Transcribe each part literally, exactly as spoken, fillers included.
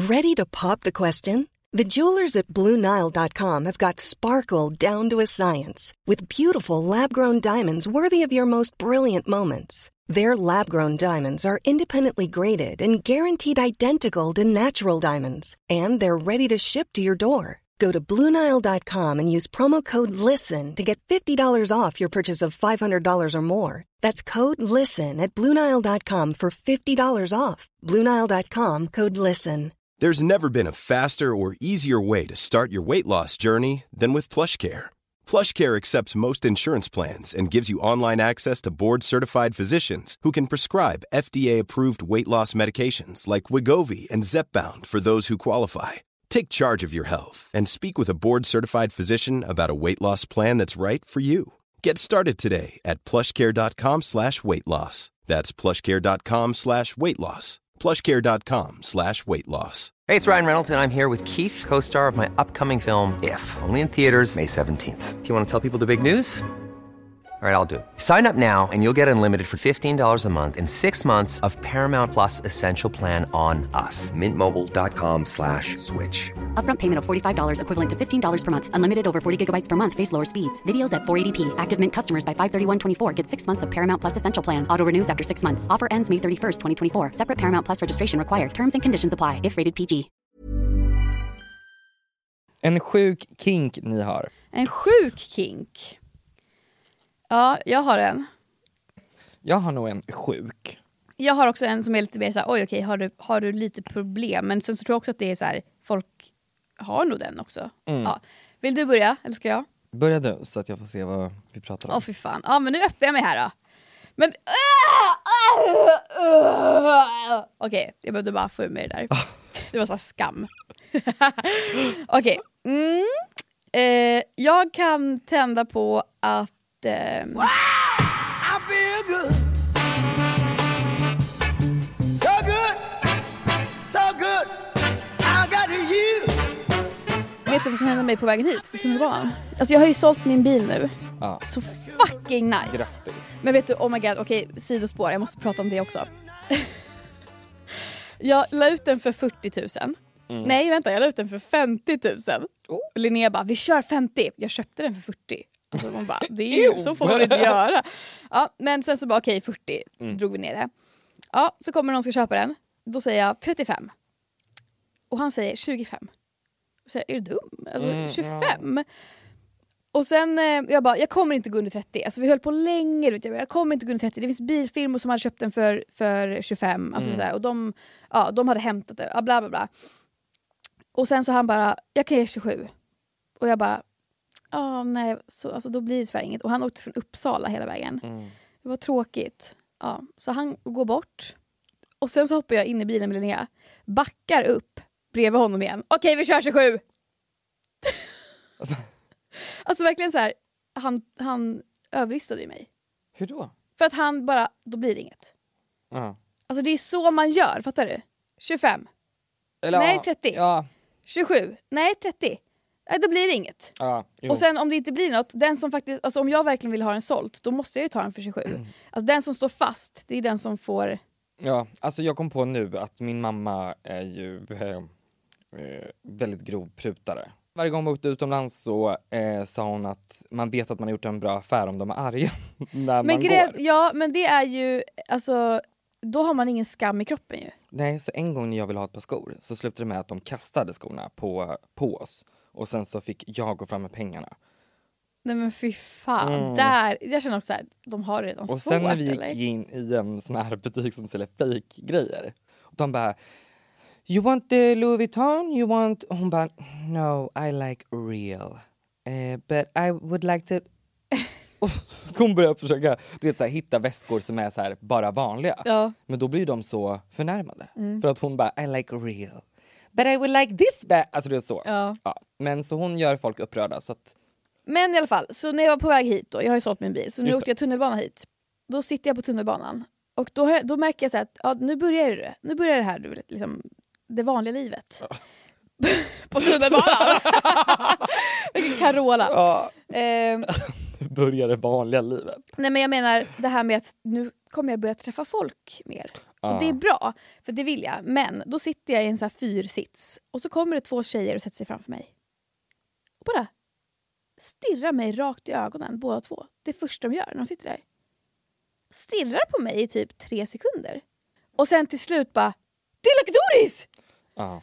Ready to pop the question? The jewelers at Blue Nile dot com have got sparkle down to a science with beautiful lab-grown diamonds worthy of your most brilliant moments. Their lab-grown diamonds are independently graded and guaranteed identical to natural diamonds, and they're ready to ship to your door. Go to Blue Nile dot com and use promo code LISTEN to get fifty dollars off your purchase of five hundred dollars or more. That's code LISTEN at Blue Nile dot com for fifty dollars off. Blue Nile dot com, code LISTEN. There's never been a faster or easier way to start your weight loss journey than with PlushCare. PlushCare accepts most insurance plans and gives you online access to board-certified physicians who can prescribe F D A-approved weight loss medications like Wegovy and Zepbound for those who qualify. Take charge of your health and speak with a board-certified physician about a weight loss plan that's right for you. Get started today at plushcare.com slash weight loss. That's plushcare.com slash weight loss. plushcare.com slash weight loss. Hey, it's Ryan Reynolds, and I'm here with Keith, co-star of my upcoming film, If, only in theaters May seventeenth. Do you want to tell people the big news? All right, I'll do it. Sign up now and you'll get unlimited for fifteen dollars a month and six months of Paramount Plus Essential Plan on us. Mint Mobile dot com slash switch. Upfront payment of forty-five dollars equivalent to fifteen dollars per month. Unlimited over forty gigabytes per month. Face lower speeds. Videos at four eighty p. Active Mint customers by five thirty-one twenty-four get six months of Paramount Plus Essential Plan. Auto renews after six months. Offer ends May thirty-first, twenty twenty-four. Separate Paramount Plus registration required. Terms and conditions apply if rated P G. En sjuk kink ni har. En sjuk kink. Ja, jag har en. Jag har nog en sjuk. Jag har också en som är lite mer så här, oj okej, har du, har du lite problem? Men sen så tror jag också att det är så här, folk har nog den också. Mm. Ja. Vill du börja, eller ska jag? Börja du, så att jag får se vad vi pratar om. Åh, fy fan. Ja, men nu öppnar jag mig här då. Men... Okej, okay, jag behövde bara få ur mig det där. Det var så här skam. Okej. Okay. Mm. Eh, jag kan tända på att... Eh... Wow, I feel good. So good. So good. I got you. Vet du vad som hände mig på vägen hit till tunnelbanan? Alltså jag har ju sålt min bil nu. Ja. Så fucking nice. Grattis. Men vet du, oh my god, okej, okay, sidospår, jag måste prata om det också. Jag la ut den för fyrtio tusen. Mm. Nej, vänta, jag la ut den för femtio tusen. Oh. Linnea bara, vi kör femtio. Jag köpte den för fyrtio. Alltså man bara, det är ju, så får man inte göra. Ja, men sen så bara, okej, okay, fyrtio. Mm. Drog vi ner det. Ja, så kommer någon ska köpa den. Då säger jag trettiofem. Och han säger tjugofem. Och så säger, är du dum? Alltså mm, tjugofem. Ja. Och sen, jag bara, jag kommer inte gå under trettio. Alltså vi höll på länge, vet jag, jag kommer inte gå under trettio. Det finns bilfirmor som hade köpt den för, för tjugofem. Alltså mm. så här, och de, ja, de hade hämtat den. Ja, bla bla bla. Och sen så han bara, jag kan ge tjugosju. Och jag bara, ja nej, så, alltså då blir det tyvärr inget. Och han åkte från Uppsala hela vägen. Mm. Det var tråkigt. Ja, så han går bort. Och sen så hoppar jag in i bilen med Linnea. Backar upp bredvid honom igen. Okej, vi kör tjugosju! Alltså verkligen så här, han, han överlistade ju mig. Hur då? För att han bara, då blir det inget. Uh. Alltså det är så man gör, fattar du? tjugofem. Eller, nej, trettio. Ja. tjugosju. Nej, trettio. Nej, då blir det inget. Ja, och sen om det inte blir något, den som faktiskt, alltså om jag verkligen vill ha den sålt, då måste jag ju ta den för tjugosju. Mm. Alltså den som står fast, det är den som får... Ja, alltså jag kom på nu att min mamma är ju eh, väldigt grov prutare. Varje gång man åkte utomlands så eh, sa hon att man vet att man har gjort en bra affär om de är arga när men man gre- går. Ja, men det är ju, alltså, då har man ingen skam i kroppen ju. Nej, så en gång när jag ville ha ett par skor så slutade det med att de kastade skorna på, på oss. Och sen så fick jag gå fram med pengarna. Nej men fy fan, mm. där, jag känner också att de har det redan och svårt. Och sen när vi gick eller? in i en sån här butik som säljer fake-grejer. Och de bara, you want the Louis Vuitton? You want... Och hon bara, no, I like real. Uh, but I would like to... Och så hon börjar försöka du vet, så här, hitta väskor som är så här, bara vanliga. Ja. Men då blir de så förnärmade. Mm. För att hon bara, I like real. But I would like this bag. Alltså det är så. Ja. Ja. Men så hon gör folk upprörda. Så att... Men i alla fall, så när jag var på väg hit då, jag har ju sålt min bil, så nu Just åkte jag tunnelbana hit. Då sitter jag på tunnelbanan. Och då, då märker jag så att ja, nu börjar det. Nu börjar det här, du vet, liksom, det vanliga livet. Ja. På tunnelbanan. Vilken Carola. Ja. Eh, nu börjar det vanliga livet. Nej men jag menar det här med att nu kommer jag börja träffa folk mer. Ah. Och det är bra, för det vill jag. Men då sitter jag i en så här fyrsits. Och så kommer det två tjejer och sätter sig framför mig. Och bara stirrar mig rakt i ögonen, båda två. Det första de gör när de sitter där. Stirrar på mig i typ tre sekunder. Och sen till slut bara, det är Doris! Ah.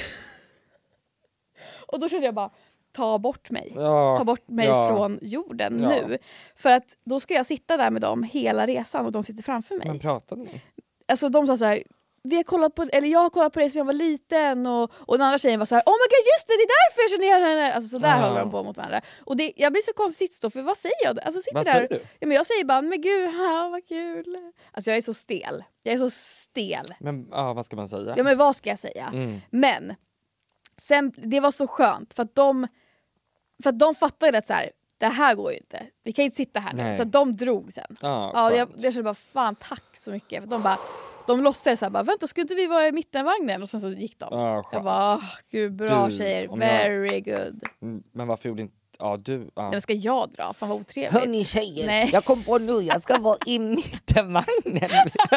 Och då kände jag bara, ta bort mig. Ja, Ta bort mig ja. från jorden Ja. nu. För att då ska jag sitta där med dem hela resan och de sitter framför mig. Men pratade ni? Alltså de sa så här, vi har kollat på, eller jag har kollat på det sedan jag var liten och, och den andra tjejen var så här, oh my god just det, det är därför jag känner igen henne. Alltså så där Ja. håller de på mot varandra. Och det, jag blir så konstigt då, för vad säger jag? Alltså sitter Vad där, säger du? Ja, men jag säger bara, men gud, ha, vad kul. Alltså jag är så stel. Jag är så stel. Men ja, vad ska man säga? Ja men vad ska jag säga? Mm. Men sen, det var så skönt för att de för att de fattade att så här, det här går ju inte. Vi kan inte sitta här nu. Nej. Så att de drog sen. Ja, Ja, jag, skönt. jag kände bara fan tack så mycket. För de bara de låtsades så här bara, vänta skulle inte vi vara i mittenvagnen? Och sen så gick de. Ja, Jag skönt. bara, oh, gud bra Du, tjejer, om jag- very good. Mm, Men varför gjorde inte... Ja, du... Ja. Nej, men ska jag dra? Fan vad otrevligt. Hörni tjejer, Nej. jag kom på nu, jag ska vara i mittenvagnen.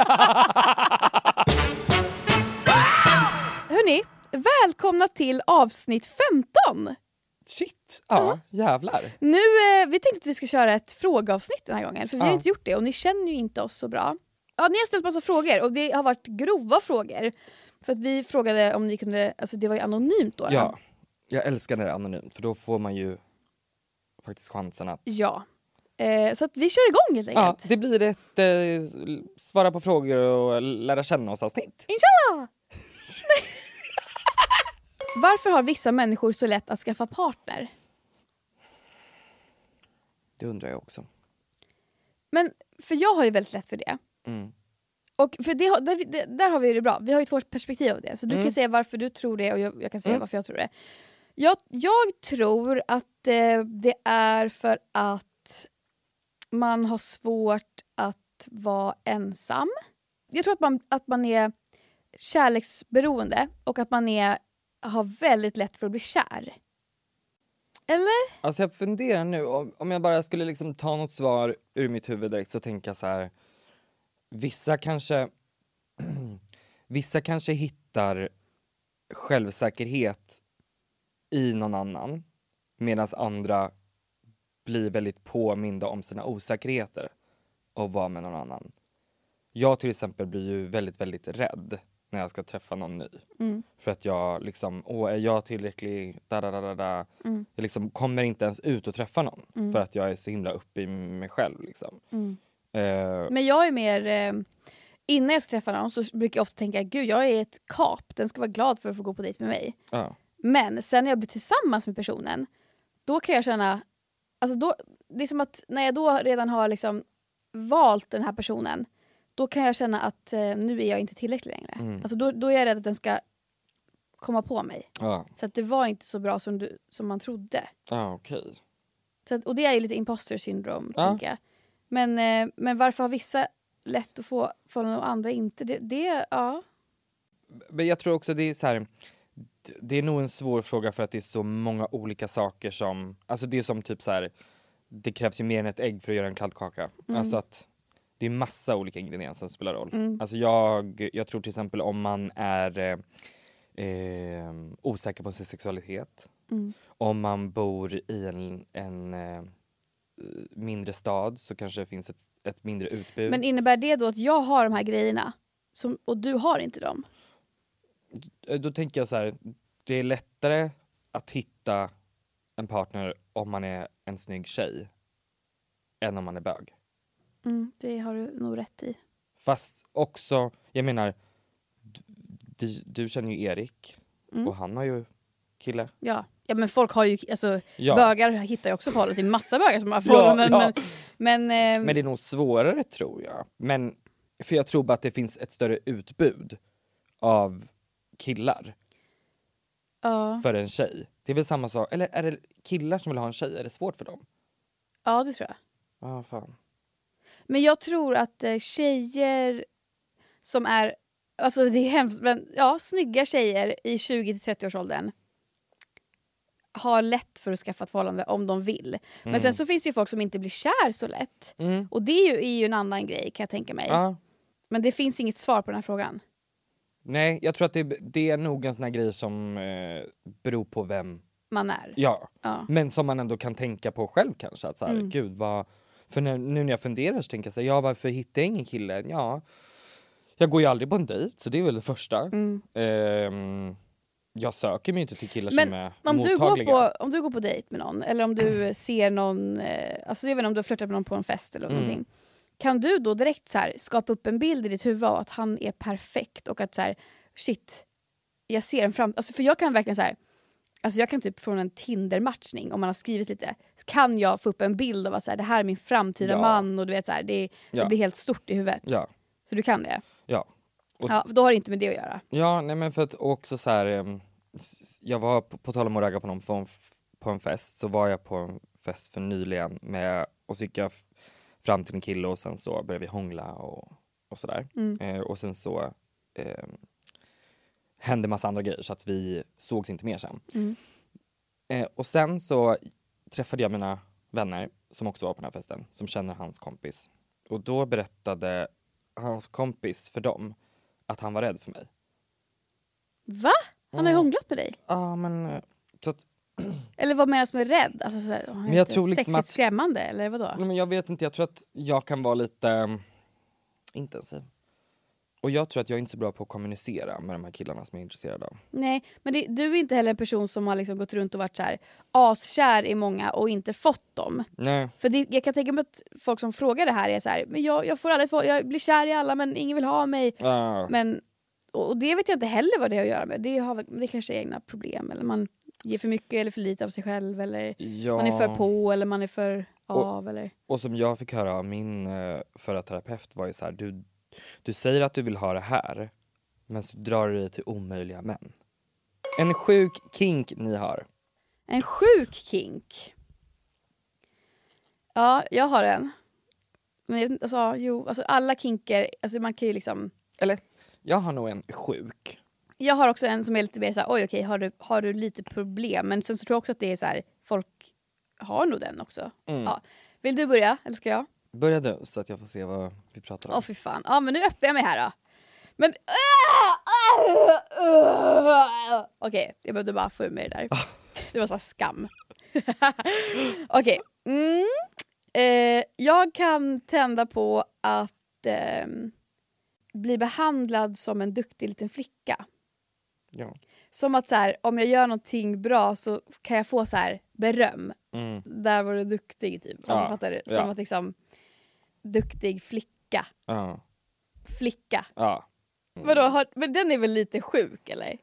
Hörni, välkomna till avsnitt femton. Shit, ja, jävlar. Nu, eh, vi tänkte att vi ska köra ett frågeavsnitt den här gången. För vi Ja. har inte gjort det och ni känner ju inte oss så bra. Ja, ni har ställt massa frågor och det har varit grova frågor. För att vi frågade om ni kunde, alltså det var ju anonymt då. Ja, jag älskar när det är anonymt, för då får man ju faktiskt chansen att... Ja. Eh, så att vi kör igång helt Ja, enkelt. det blir ett eh, svara på frågor och lära känna oss avsnitt. Inshallah! Varför har vissa människor så lätt att skaffa partner? Det undrar jag också. Men, för jag har ju väldigt lätt för det. Mm. Och för det, har- där, det, där har vi det bra. Vi har ju två perspektiv av det. Så du Mm. kan säga varför du tror det och jag, jag kan säga Mm. varför jag tror det. Jag, jag tror att eh, det är för att man har svårt att vara ensam. Jag tror att man, att man är kärleksberoende och att man är, har väldigt lätt för att bli kär. Eller? Alltså jag funderar nu, om, om jag bara skulle liksom ta något svar ur mitt huvud direkt, så tänker jag så här. Vissa kanske vissa kanske hittar självsäkerhet i någon annan, medan andra blir väldigt påminda om sina osäkerheter och vara med någon annan. Jag till exempel blir ju väldigt, väldigt rädd när jag ska träffa någon ny. Mm. För att jag liksom, åh, är jag tillräcklig? Da, da, da, da, da. Mm. Jag liksom kommer inte ens ut och träffa någon. Mm. För att jag är så himla uppe i mig själv. Liksom. Mm. Eh, Men jag är mer... Eh, innan jag ska träffa någon så brukar jag ofta tänka, gud jag är ett kap, den ska vara glad för att få gå på dejt med mig. ja. Men sen när jag blir tillsammans med personen, då kan jag känna, alltså då, det är som att när jag då redan har liksom valt den här personen, då kan jag känna att eh, nu är jag inte tillräcklig längre. Mm. Alltså då, då är jag rädd att den ska komma på mig. Ja, Så att det var inte så bra som, du, som man trodde. ja okej. Så att, och det är ju lite imposter syndrome, Ja. tänker jag. Men, eh, men varför har vissa lätt att få förhållanden och andra inte? Det, det ja. Men jag tror också det är så här, d- det är nog en svår fråga för att det är så många olika saker som, alltså det är som typ så här, det krävs ju mer än ett ägg för att göra en kladdkaka. Mm. Alltså att det är massa olika ingredienser som spelar roll. Mm. Alltså jag, jag tror till exempel om man är eh, eh, osäker på sin sexualitet, Mm. om man bor i en, en eh, mindre stad så kanske det finns ett, ett mindre utbud. Men innebär det då att jag har de här grejerna som, och du har inte dem? Då tänker jag så här, det är lättare att hitta en partner om man är en snygg tjej än om man är bög. Mm, det har du nog rätt i. Fast också, jag menar, du, du, du känner ju Erik Mm. och han har ju kille. Ja. Ja, men folk har ju, alltså Ja. bögar hittar ju också förhållanden. Det är massa bögar som har förhållanden. Ja, ja. Men, men, eh, Men det är nog svårare tror jag. Men, för jag tror bara att det finns ett större utbud av killar ja. för en tjej. Det är väl samma sak, eller är det killar som vill ha en tjej? Är det svårt för dem? ja, det tror jag. Ja, ah, fan. Men jag tror att eh, tjejer som är, alltså det är hemskt, men ja, snygga tjejer i tjugo till trettio-årsåldern har lätt för att skaffa ett förhållande om de vill. Men Mm. sen så finns det ju folk som inte blir kär så lätt. Mm. Och det är ju, är ju en annan grej kan jag tänka mig. Ja. Men det finns inget svar på den här frågan. Nej, jag tror att det, det är nog en sån här grej som eh, beror på vem man är. Ja. ja, men som man ändå kan tänka på själv kanske. Att så här, Mm. gud vad... För när, nu när jag funderar så tänker jag så här, ja varför hittar jag ingen kille? Ja, jag går ju aldrig på en dejt, så det är väl det första. Mm. Ehm, jag söker mig inte till killar Men som är om du, går mottagliga. på, om du går på dejt med någon, eller om du ser någon, eh, alltså jag vet inte om du har flörtat med någon på en fest eller Mm. någonting. Kan du då direkt så här, skapa upp en bild i ditt huvud av att han är perfekt och att så här, shit, jag ser en fram... Alltså för jag kan verkligen så här, alltså jag kan typ från en Tinder-matchning, om man har skrivit lite, kan jag få upp en bild av att så här, det här är min framtida Ja. man, och du vet så här, det, Ja. det blir helt stort i huvudet. Ja, Så du kan det? ja. Och- Ja, för då har det inte med det att göra. Ja, nej men för att också så här, ehm, s- jag var på, på tal om att ragga på någon på en, f- på en fest, så var jag på en fest för nyligen med, och så gick jag f- fram till en kille och sen så började vi hångla och, och sådär. Mm. Eh, och sen så eh, hände massa andra grejer så att vi sågs inte mer sen. Mm. Eh, och sen så träffade jag mina vänner som också var på den här festen, som känner hans kompis. Och då berättade hans kompis för dem att han var rädd för mig. Va? Han har ju Mm. hånglat med dig. Ja, men eh, så att, Eller vad menas med rädd? Alltså, så här, han är Men jag inte tror liksom sexigt att- skrämmande, eller vadå? nej, men jag vet inte, jag tror att jag kan vara lite um, intensiv. Och jag tror att jag är inte så bra på att kommunicera med de här killarna som jag är intresserad av. Nej, men det, du är inte heller en person som har liksom gått runt och varit så här askär i många och inte fått dem. Nej. För det, jag kan tänka mig att folk som frågar det här är så här, men jag, jag får aldrig få, jag blir kär i alla men ingen vill ha mig. Uh, Men, och och det vet jag inte heller vad det har att göra med. Det, har, väl- det kanske är egna problem, eller man ger för mycket eller för lite av sig själv, eller ja. man är för på eller man är för av. Eller... Och som jag fick höra av min uh, förra terapeut var ju så här, du, du säger att du vill ha det här, men så drar du dig till omöjliga män. En sjuk kink ni har. En sjuk kink. Ja, jag har en. Men jag vet inte, alltså, jo, alltså alla kinker, alltså man kan ju liksom... Eller, jag har nog en sjuk. Jag har också en som är lite mer så här, oj okej, har du, har du lite problem? Men sen så tror jag också att det är så här, folk har nog den också. Mm. Ja. Vill du börja, eller ska jag? Börja du så att jag får se vad vi pratar om. Åh fy fan. Ja men nu öppnar jag mig här då. Men... Okej, jag behövde bara få ur mig det där. Det var så här skam. Okej. Mm. Eh, jag kan tända på att eh, bli behandlad som en duktig liten flicka. Ja. Som att så här, om jag gör någonting bra så kan jag få så här beröm. Mm. Där var du duktig typ. Alltså, Ja, fattar du? Som ja. att liksom, duktig flicka. Ja. Flicka. Ja. Vadå, har, men den är väl lite sjuk eller?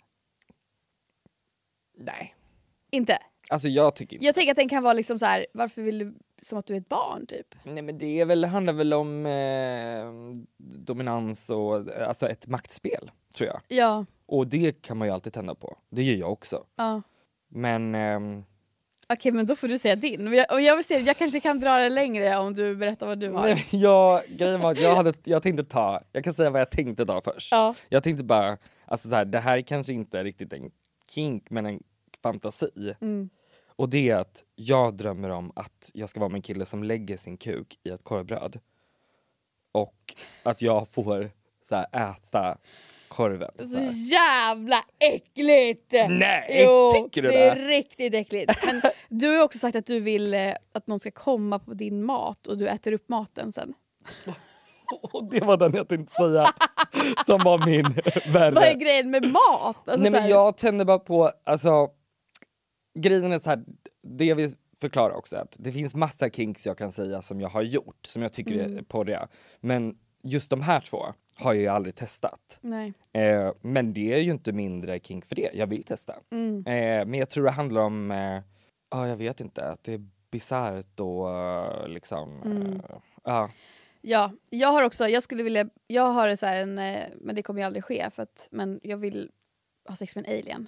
Nej. Inte? Alltså jag tycker inte. Jag tänker att den kan vara liksom så här, varför vill du, som att du är ett barn typ? Nej men det är väl, handlar väl om eh, dominans och alltså ett maktspel, tror jag. Ja. Och det kan man ju alltid tända på. Det gör jag också. Ja. Men ehm, Okej, men då får du säga din. Och jag, och jag vill se, jag kanske kan dra det längre om du berättar vad du har. nej, jag, grejen var att jag, hade, jag tänkte ta, jag kan säga vad jag tänkte ta först. Ja. Jag tänkte bara, alltså så här, det här är kanske inte riktigt en kink men en fantasi. Mm. Och det är att jag drömmer om att jag ska vara med en kille som lägger sin kuk i ett korvbröd. Och att jag får så här, äta korven. Så Så här. jävla äckligt! Nej, jo, tycker du det? det? är riktigt äckligt. Men du har ju också sagt att du vill eh, att någon ska komma på din mat och du äter upp maten sen. Och det var den jag tänkte säga som var min värre. Vad är grejen med mat? Alltså, Nej så här, men jag tänder bara på, alltså grejen är så här, det jag vill förklara också är att det finns massa kinks jag kan säga som jag har gjort, som jag tycker är Mm. porriga. Men just de här två har jag ju aldrig testat. Nej. Eh, men det är ju inte mindre kink för det, jag vill testa. Mm. Eh, men jag tror det handlar om, ja eh, ah, jag vet inte, att det är bisarrt och uh, liksom, Mm. eh, ja. Ja, jag har också, jag skulle vilja, jag har så här en, eh, men det kommer ju aldrig ske för att, men jag vill ha sex med en alien.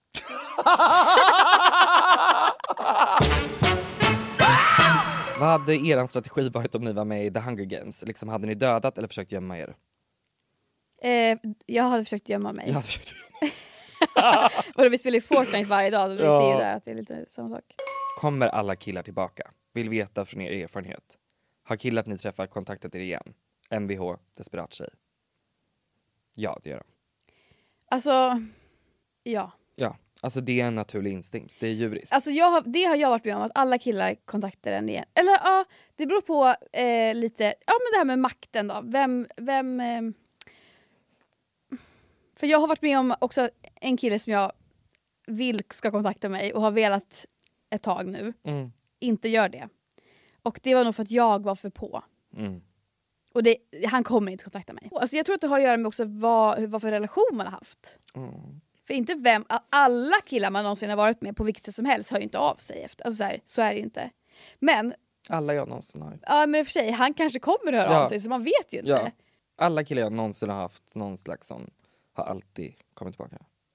Vad hade er strategi varit om ni var med i The Hunger Games? Liksom, hade ni dödat eller försökt gömma er? Eh, jag hade försökt gömma mig. Jag hade försökt gömma. Och vi spelar ju Fortnite varje dag, så vi Ja. ser ju där att det är lite samma sak. Kommer alla killar tillbaka? Vill veta från er erfarenhet. Har killar ni träffat kontaktat er igen? M V H, desperat tjej. Ja, det gör de. Alltså, ja. Ja, alltså det är en naturlig instinkt. Det är djuriskt. Alltså jag har, det har jag varit med om, att alla killar kontaktar en igen. Eller ja, det beror på eh, lite, ja men det här med makten då. Vem, vem... Eh, för jag har varit med om också en kille som jag vill ska kontakta mig och har velat ett tag nu. Mm. Inte gör det. Och det var nog för att jag var för på. Mm. Och det, han kommer inte kontakta mig. Alltså jag tror att det har att göra med också vad, vad för relation man har haft. Mm. För inte vem, alla killar man någonsin har varit med på vilket sätt som helst hör ju inte av sig efter. Alltså så, här, så är det ju inte. Men, Alla jag någonsin har. ja men i och för sig, han kanske kommer att höra Ja. av sig så man vet ju inte. Ja. Alla killar jag någonsin har haft någon slags sån har alltid kommit tillbaka.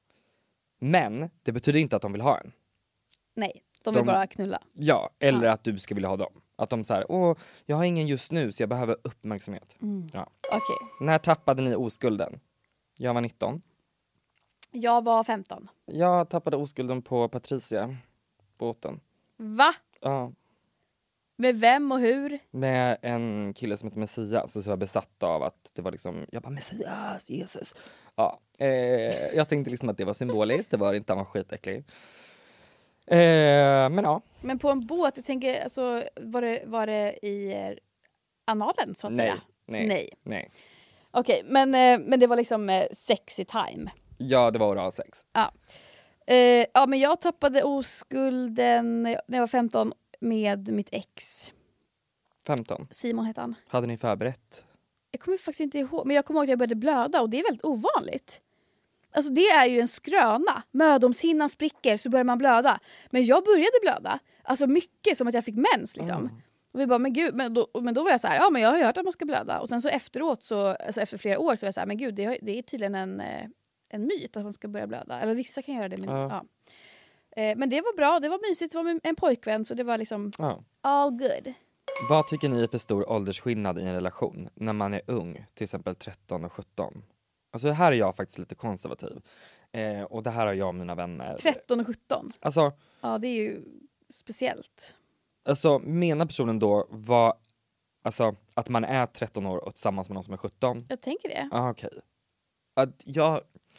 Men det betyder inte att de vill ha en. Nej, de vill De- bara knulla. Ja, eller Ja. att du ska vilja ha dem. Att de säger, åh, jag har ingen just nu så jag behöver uppmärksamhet. Mm. Ja. Okej, När tappade ni oskulden? Jag var nitton. jag var femton. Jag tappade oskulden på Patricia, båten. Va? Ja, Med vem och hur? med en kille som heter Messias. Så jag var besatt av att det var liksom, jag bara Messias, Jesus. Ja, eh, jag tänkte liksom att det var symboliskt, det var inte, han var skitäcklig. Eh, men ja, Men på en båt, jag tänker, alltså, var, det, var det i eh, analen så att nej, säga? nej, Nej. nej. Okej, men, eh, men det var liksom eh, sexy time. Ja, det var oralsex. Ja. Eh, ja, men jag tappade oskulden när jag var femton med mitt ex. femton. Simon hette han. Hade ni förberett? Jag kommer faktiskt inte ihåg, men jag kommer ihåg att jag började blöda och det är väldigt ovanligt. Alltså det är ju en skröna. Mödomshinnan spricker så börjar man blöda. Men jag började blöda. Alltså mycket, som att jag fick mens liksom. Mm. Och vi bara, men gud, men då, men då var jag så här, ja men jag har hört att man ska blöda. Och sen så efteråt, så, alltså efter flera år så var jag så här, men gud, det, har, det är tydligen en, eh, en myt att man ska börja blöda. Eller vissa kan göra det, men Ja. ja. Eh, men det var bra, det var mysigt, det var med en pojkvän så det var liksom Ja. all good. Vad tycker ni är för stor åldersskillnad i en relation när man är ung, till exempel tretton och sjutton? Alltså här är jag faktiskt lite konservativ. Eh, och det här har jag och mina vänner. tretton och sjutton. Alltså, Ja, det är ju speciellt. alltså menar personen då vad, alltså, att man är tretton år och tillsammans med någon som är sjutton? Jag tänker det. Ah, okej. Att jag,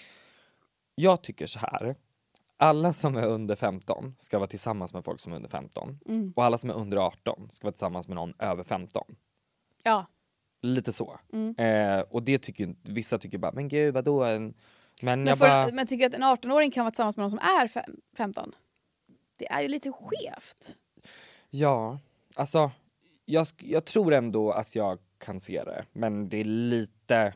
jag tycker så här. Alla som är under femton ska vara tillsammans med folk som är under femton. Mm. Och alla som är under arton ska vara tillsammans med någon över femton. Ja. Lite så. Mm. Eh, och det tycker ju- vissa tycker bara, men gud vadå? En... Men, Men, jag för, bara, men tycker du att en arton-åring kan vara tillsammans med någon som är fem, femton? Det är ju lite skevt. ja, alltså jag, sk- jag tror ändå att jag kan se det. Men det är lite,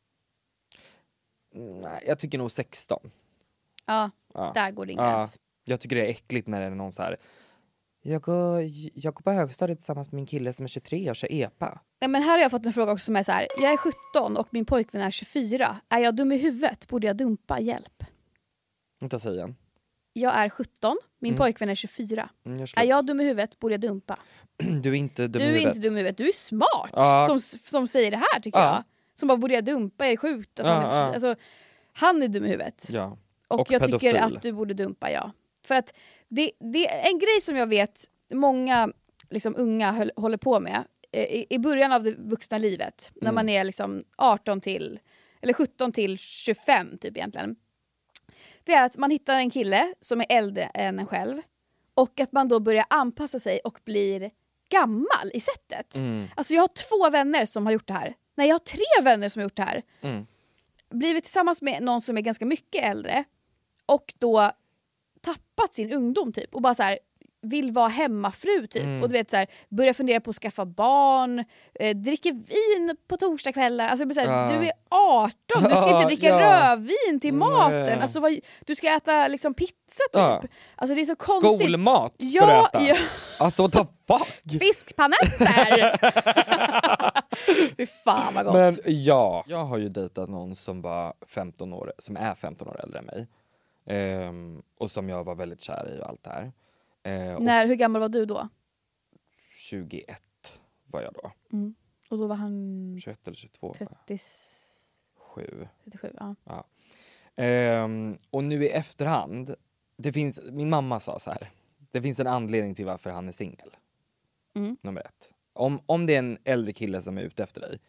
nej, jag tycker nog sexton. Ja, Ja. där går din Ja. gräns. Jag tycker det är äckligt när det är någon så här. Jag går, jag går på högstadiet tillsammans med min kille som är tjugotre och kör epa. Nej, men här har jag fått en fråga också som är så här. Jag är sjutton och min pojkvän är tjugofyra. Är jag dum i huvudet? Borde jag dumpa? Hjälp. Inte säga igen. Jag är sjutton, min Mm. pojkvän är tjugofyra. Mm, jag Är slår. jag dum i huvudet? Borde jag dumpa? Du är inte dum Du i är huvudet. inte dum i huvudet, du är smart Ja. som, som säger det här tycker Ja. jag. Som bara, borde jag dumpa? Är det sjukt? Att Ja, han, är, ja. alltså, han är dum i huvudet. Ja. Och, Och jag tycker pedofil. att du borde dumpa, ja. För att det, det är en grej som jag vet många liksom, unga höll, håller på med eh, i, i början av det vuxna livet. När Mm. man är liksom arton till, eller sjutton till tjugofem typ egentligen. Det är att man hittar en kille som är äldre än en själv. Och att man då börjar anpassa sig och blir gammal i sättet. Mm. Alltså jag har två vänner som har gjort det här. Nej, jag har tre vänner som har gjort det här. Mm. Blivit tillsammans med någon som är ganska mycket äldre och då tappat sin ungdom typ och bara så här vill vara hemmafru typ Mm. och du vet så här börja fundera på att skaffa barn, eh, dricker vin på torsdagskvällar. Alltså det blir så här, Ja. du är arton, du ska Ja, inte dricka ja. rödvin till Nej. maten. Alltså vad, du ska äta liksom pizza typ. Ja. Alltså det är så konstigt. Skolmat ska Ja, du äta. ja. Alltså what the fuck? Fiskpanetter! Fy fan vad gott. Men ja, jag har ju dejtat någon som var femton år, som är femton år äldre än mig. Ehm, och som jag var väldigt kär i och allt det här. Ehm, och När, hur gammal var du då? tjugoett var jag då. Och då var han tjugoett eller tjugotvå. trettiosju, Sju. trettiosju ja. Ehm, och nu i efterhand, det finns, min mamma sa så här. Det finns en anledning till varför han är singel. Mm. Nummer ett. Om, om det är en äldre kille som är ute efter dig,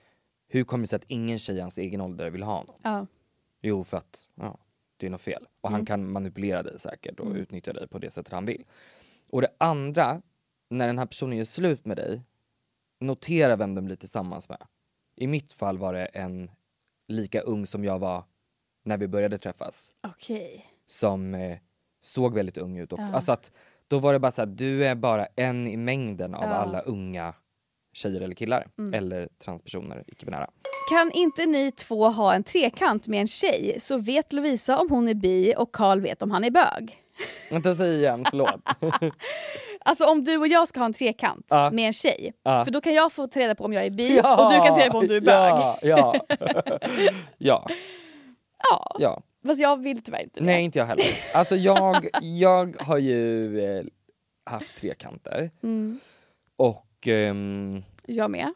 hur kommer det sig att ingen tjej i hans egen ålder vill ha honom? Ja. Jo, för att ja, det är något fel. Och han Mm. kan manipulera dig säkert och Mm. utnyttja dig på det sättet han vill. Och det andra, när den här personen gör slut med dig, notera vem de blir tillsammans med. I mitt fall var det en lika ung som jag var när vi började träffas. Okej. Som eh, såg väldigt ung ut också. Ja. Alltså att då var det bara så här, du är bara en i mängden av Ja. alla unga tjejer eller killar. Mm. Eller transpersoner, icke-binära. Kan inte ni två ha en trekant med en tjej så vet Lovisa om hon är bi och Carl vet om han är bög. Vänta, säg igen, förlåt. Alltså om du och jag ska ha en trekant Ja. med en tjej. Ja. För då kan jag få ta reda på om jag är bi Ja. och du kan ta reda på om du är bög. Ja, ja. ja, Ja. ja. Fast jag vill tyvärr inte det. Nej, inte jag heller. Alltså jag, jag har ju eh, haft trekanter. Mm. Och... ehm, Jag med.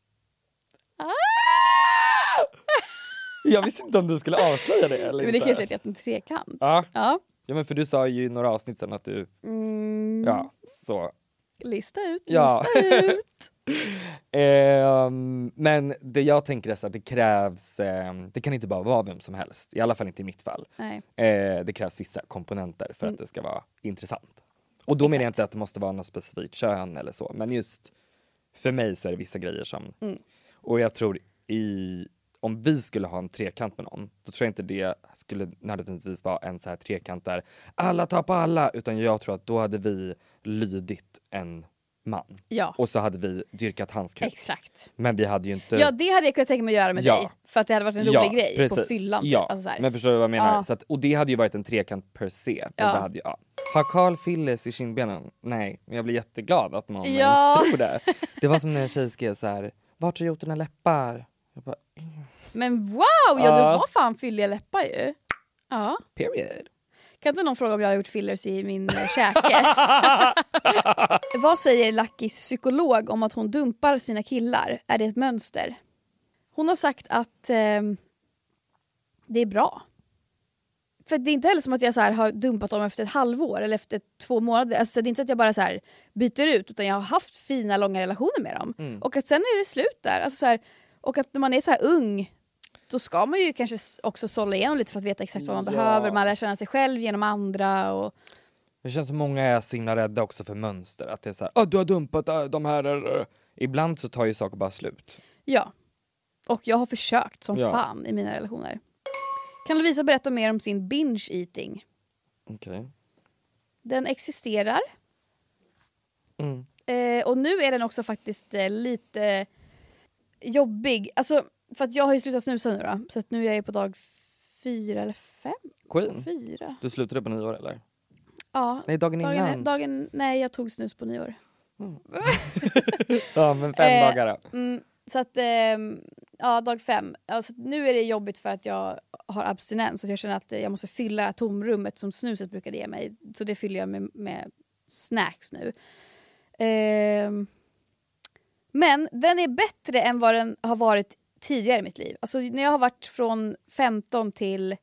jag visste inte om du skulle avslöja det eller Men det kan jag inte. säga att jag har en trekant. Ja. Ja. Ja, men för du sa ju i några avsnitt sen att du... Mm. Ja, så... Lista ut, Ja. lista ut. Ehm, men det jag tänker är så att det krävs, ehm, det kan inte bara vara vem som helst, i alla fall inte i mitt fall. Nej. Eh, det krävs vissa komponenter för Mm. att det ska vara intressant. Och då menar jag Exakt. inte att det måste vara något specifikt kön eller så, men just för mig så är det vissa grejer som, Mm. och jag tror i, om vi skulle ha en trekant med någon, då tror jag inte det skulle nödvändigtvis vara en så här trekant där alla tar på alla, utan jag tror att då hade vi lydit en man. Ja. Och så hade vi dyrkat hans kropp. Exakt. Men vi hade ju inte... Ja, det hade jag kunnat tänka mig att göra med Ja. dig. För att det hade varit en rolig Ja, grej precis. på fyllan. Typ. Ja, Alltså så här. men förstår du vad jag menar? Ja. Så att, och det hade ju varit en trekant per se. Men Ja. det hade ju, ja. Har Carl fillers i kindbenen? Nej, men jag blir jätteglad att någon Ja. ens tror det. Det var som när en tjej skrev så här: vart har du gjort dina läppar? Jag bara, Men wow, ja, du Ja. har fan fylliga läppar ju. Ja. period. Kan inte någon fråga om jag har gjort fillers i min eh, käke? Vad säger Luckys psykolog om att hon dumpar sina killar? Är det ett mönster? Hon har sagt att eh, det är bra. För det är inte heller som att jag så här har dumpat dem efter ett halvår eller efter två månader. Alltså, det är inte så att jag bara så här byter ut, utan jag har haft fina långa relationer med dem. Mm. Och att sen är det slut där. Alltså, så här, och att när man är så här ung, då ska man ju kanske s- också sålla igenom lite för att veta exakt vad man Ja. behöver. Man lär känna sig själv genom andra. Och... Det känns som många är så himla rädda också för mönster. Att det är så här, ah, du har dumpat äh, de här. äh, äh." Ibland så tar ju saker bara slut. Ja. Och jag har försökt som Ja. fan i mina relationer. Kan Lovisa berätta mer om sin binge eating? Okej. Den existerar. Mm. Eh, och nu är den också faktiskt eh, lite jobbig. Alltså, för att jag har ju slutat snusa nu då. Så att nu är jag ju på dag fyra eller fem. Queen, Fyra. du slutade på nyår eller? Ja. Nej, dagen innan. Dagen, dagen, nej, jag tog snus på nyår. Ja, men fem Eh, dagar då. Mm, så att, ehm, ja, dag fem. Alltså, nu är det jobbigt för att jag har abstinens. Och jag känner att jag måste fylla det här tomrummet som snuset brukade ge mig. Så det fyller jag med, med snacks nu. Ehm, men den är bättre än vad den har varit tidigare i mitt liv. Alltså när jag har varit från femton till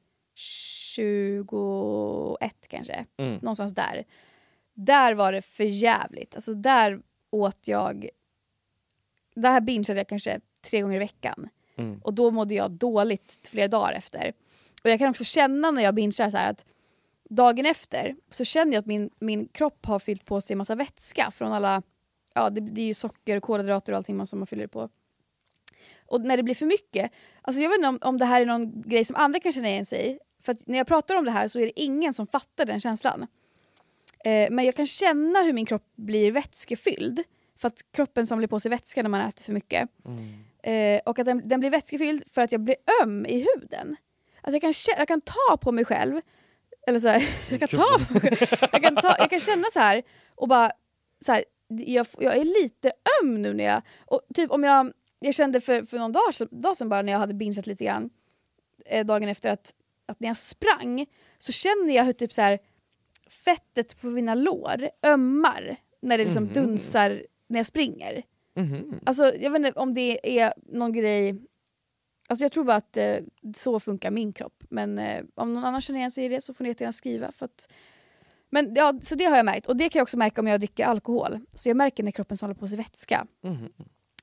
tjugoett kanske. Mm. Någonstans där. Där var det för jävligt. Alltså där åt jag... Där här bingeade jag kanske tre gånger i veckan. Mm. Och då mådde jag dåligt flera dagar efter. Och jag kan också känna när jag bingear så här att dagen efter så känner jag att min, min kropp har fyllt på sig en massa vätska från alla... Ja, det, det är ju socker och kolhydrater och allting man, som man fyller på. Och när det blir för mycket... Alltså jag vet inte om, om det här är någon grej som andra kan känna igen sig i. För att när jag pratar om det här så är det ingen som fattar den känslan. Eh, men jag kan känna hur min kropp blir vätskefylld. För att kroppen samlar på sig vätska när man äter för mycket. Mm. Eh, och att den, den blir vätskefylld för att jag blir öm i huden. Alltså jag kan, kä- jag kan ta på mig själv. Eller så här, jag kan ta på mig själv. Jag kan, ta, jag kan känna så här och bara så här, jag, jag är lite öm nu när jag... Och typ om jag... Jag kände för, för någon dag, dag sedan bara när jag hade bingeat lite grann. Eh, dagen efter att, att när jag sprang så känner jag hur typ så här fettet på mina lår ömmar när det liksom Mhm. dunsar när jag springer. Mhm. Alltså jag vet inte om det är någon grej. Alltså jag tror bara att eh, så funkar min kropp. Men eh, om någon annan känner igen sig i det så får ni jättegärna skriva. För att... Men ja, så det har jag märkt. Och det kan jag också märka om jag dricker alkohol. Så jag märker när kroppen samlar på sig vätska. Mhm.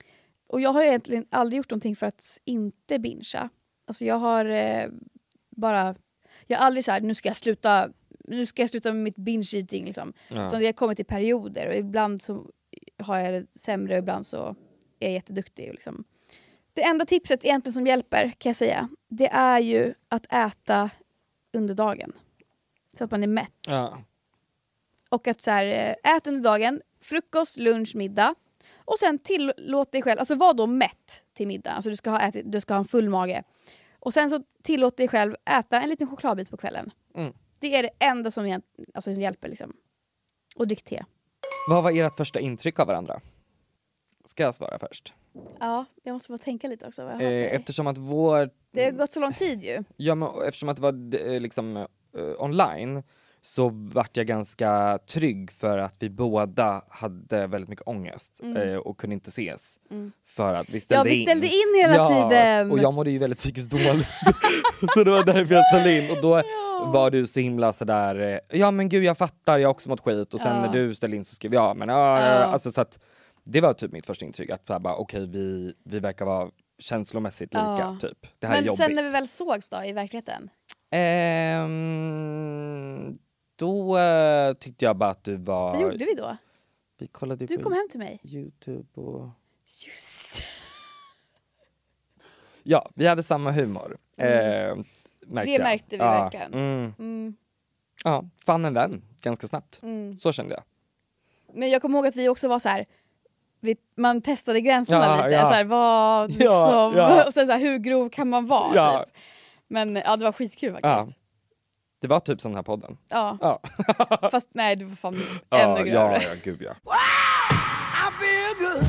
Och jag har egentligen aldrig gjort någonting för att inte bingea. Alltså jag har eh, bara... Jag har aldrig så här, nu ska jag sluta, nu ska jag sluta med mitt binge-eating. Liksom. Ja. Utan det har kommit i perioder. Och ibland så har jag det sämre och ibland så är jag jätteduktig. Liksom. Det enda tipset egentligen som hjälper, kan jag säga, det är ju att äta under dagen. Så att man är mätt. Ja. Och att så här, ät under dagen, frukost, lunch, middag. Och sen tillåt dig själv, alltså var då mätt till middag. Alltså du ska ha, ätit, du ska ha en full mage. Och sen så tillåt dig själv äta en liten chokladbit på kvällen. Mm. Det är det enda som hjäl- alltså, hjälper. Liksom. Och drick te. Vad var ert första intryck av varandra? Ska jag svara först? Ja, jag måste bara tänka lite också. Vad jag Eh, eftersom att vår... Det har gått så lång tid ju. Ja, men eftersom att det var eh, liksom eh, online så vart jag ganska trygg för att vi båda hade väldigt mycket ångest mm. eh, och kunde inte ses. Mm. För att vi ställde in. Ja, vi ställde in, in hela ja, tiden. Och jag mådde ju väldigt psykiskt dåligt. Så det var därför jag ställde in. Och då ja. var du så himla sådär, eh, ja men gud jag fattar, jag har också mått skit. Och sen ja. när du ställde in så skrev jag, men ja, ja. alltså så att det var typ mitt första intryck. Att bara, okej, okay, vi, vi verkar vara känslomässigt lika, ja. typ. Det här men är jobbigt. Sen när vi väl sågs då, i verkligheten? Ehm... Då uh, tyckte jag bara att du var... Vad gjorde vi då? Vi kollade du på kom hem till mig. YouTube och... Just. Ja, vi hade samma humor. Mm. Eh, märkte det märkte jag. vi ja. verkligen. Mm. Mm. Ja, fann en vän ganska snabbt. Mm. Så kände jag. Men jag kommer ihåg att vi också var så här... Vi, man testade gränserna ja, lite. Ja. Så här, vad, liksom, ja, ja. Och sen så här, hur grov kan man vara? Ja. Typ. Men ja, det var skitkul faktiskt. Ja. Det var typ som den här podden. Ja. ja. Fast nej, du var fan ja, ännu grövre. Ja, ja, gud ja. Wow, I feel good.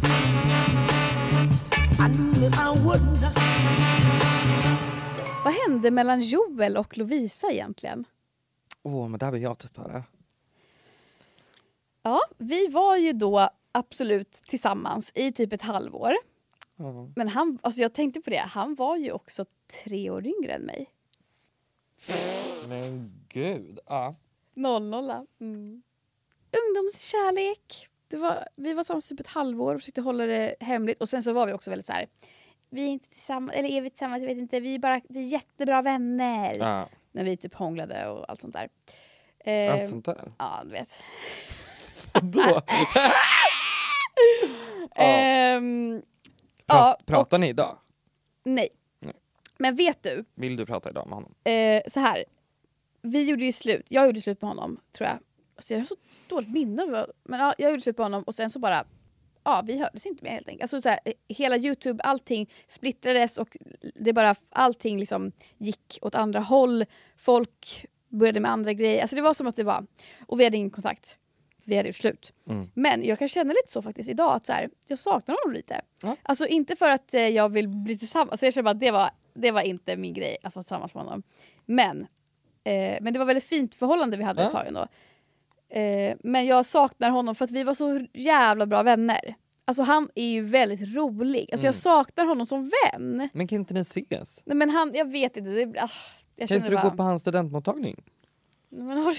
I knew that I wouldn't. Vad hände mellan Joel och Lovisa egentligen? Åh, oh, men där vill jag typ höra. Ja, vi var ju då absolut tillsammans i typ ett halvår. Mm. Men han, alltså jag tänkte på det, han var ju också tre år yngre än mig. Men gud, ja. Noll nolla. Mm. Ungdomskärlek. Det var, vi var tillsammans typ ett halvår och försökte hålla det hemligt. Och sen så var vi också väldigt så här. Vi är inte tillsammans, eller är vi tillsammans, jag vet inte. Vi är bara, vi är jättebra vänner. Ja. När vi typ hånglade och allt sånt där. Eh, allt sånt där? Ja, du vet. Då? ehm, Pra- ja, pratar och, ni idag? Nej. nej. Men vet du? Vill du prata idag med honom? Eh, så här. Vi gjorde ju slut. Jag gjorde slut med honom, tror jag. Alltså jag har så dåligt minne. Men ja, jag gjorde slut med honom och sen så bara... Ja, vi hördes inte mer helt enkelt. Alltså så här, hela YouTube, allting splittrades och det bara, allting liksom gick åt andra håll. Folk började med andra grejer. Alltså det var som att det var... Och vi hade ingen kontakt. Vi hade gjort slut. Mm. Men jag kan känna lite så faktiskt idag att så här, jag saknar honom lite. Mm. Alltså inte för att eh, jag vill bli tillsammans. Alltså jag känner bara att det var, det var inte min grej att vara tillsammans med honom. Men, eh, men det var väldigt fint förhållande vi hade mm. ett tag ändå. Eh, men jag saknar honom för att vi var så jävla bra vänner. Alltså han är ju väldigt rolig. Alltså mm. jag saknar honom som vän. Men kan inte ni ses? Nej men han, jag vet inte. Det, ah, jag kan inte du bara... gå på hans studentmottagning? Men har...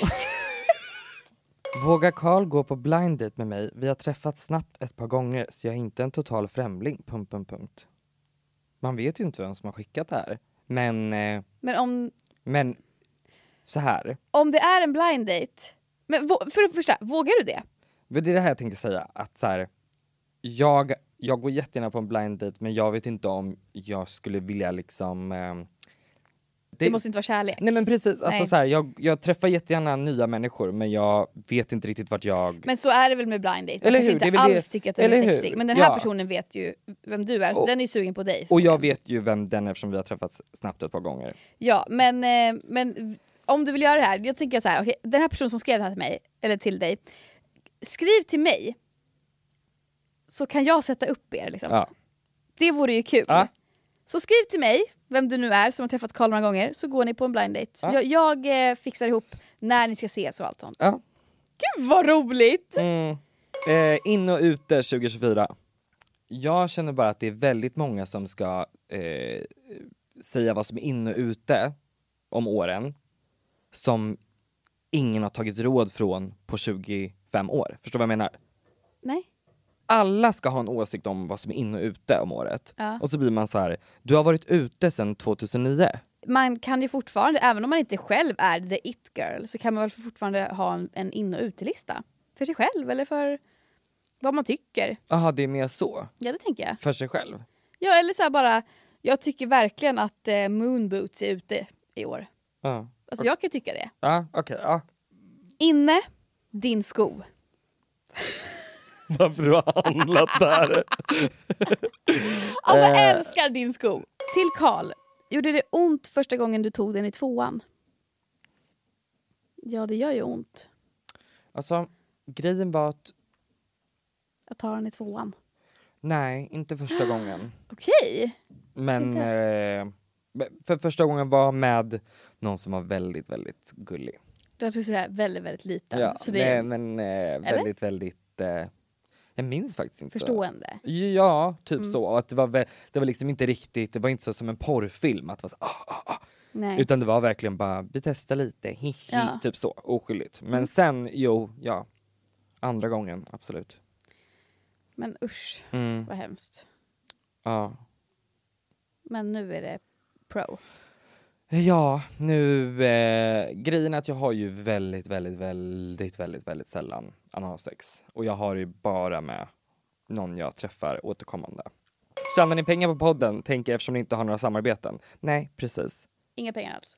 Vågar Carl gå på blind date med mig? Vi har träffats snabbt ett par gånger så jag är inte en total främling. Punkt, punkt, punkt. Man vet ju inte vem som har skickat det här. Men... Eh, men om... Men så här. Om det är en blind date... Men för det första, vågar du det? Men det är det här jag tänker säga. Att så här, jag, jag går jättegärna på en blind date men jag vet inte om jag skulle vilja liksom... Eh, Det, det måste inte vara kärlek. Nej men precis, alltså så här, jag, jag träffar jättegärna nya människor men jag vet inte riktigt vart jag... Men så är det väl med blind date. Eller man hur? kanske inte det alls det. tycker att den Eller är sexig. hur? Men den här ja. personen vet ju vem du är så och, den är ju sugen på dig. Och jag vet ju vem den är eftersom vi har träffats snabbt ett par gånger. Ja, men, eh, men om du vill göra det här, jag tänker så här, okay, den här personen som skrev det här till mig, eller till dig, skriv till mig så kan jag sätta upp er liksom. Ja. Det vore ju kul. Ja. Så skriv till mig, vem du nu är som har träffat Carl några gånger, så går ni på en blind date. Ja. Jag, jag eh, fixar ihop när ni ska ses och allt sånt. Ja. Gud vad roligt! Mm. Eh, in och ute tjugo tjugofyra. Jag känner bara att det är väldigt många som ska eh, säga vad som är in och ute om åren som ingen har tagit råd från på tjugofem år. Förstår du vad jag menar? Nej. alla ska ha en åsikt om vad som är inne och ute om året. Ja. Och så blir man så här, du har varit ute sedan tjugohundranio. Man kan ju fortfarande, även om man inte själv är the it girl, så kan man väl fortfarande ha en, en in- och utelista. För sig själv eller för vad man tycker. Jaha, det är mer så? Ja, det tänker jag. För sig själv? Ja, eller så här bara, jag tycker verkligen att eh, Moon Boots är ute i år. Ja. Alltså jag kan tycka det. Ja, okej. Okay, ja. Inne, din sko. Varför du har handlat där? Alltså jag älskar din sko. Till Karl. Gjorde det ont första gången du tog den i tvåan? Ja, det gör ju ont. Alltså, grejen var att... Jag tar den i tvåan. Nej, inte första gången. Okej. Men eh, för första gången var med någon som var väldigt, väldigt gullig. Jag tror säga väldigt, väldigt liten. Ja, så det är nej, men eh, väldigt, väldigt... Eh, jag minns faktiskt inte. förstående. Ja, typ Mm. så. Att det, var, vä- det var liksom inte riktigt, det var inte så som en porrfilm. Att det var så, ah, ah, ah. Nej. Utan det var verkligen bara, vi testar lite, hihi, Ja. typ så, oskyldigt. Men Mm. sen, jo, ja. Andra gången, absolut. Men usch, Mm. vad hemskt. Ja. Men nu är det pro. Ja, nu, eh, grejen är att jag har ju väldigt, väldigt, väldigt, väldigt, väldigt sällan analsex. Och jag har ju bara med någon jag träffar återkommande. Tjänar ni pengar på podden? Tänker eftersom ni inte har några samarbeten. Nej, precis. Inga pengar alls.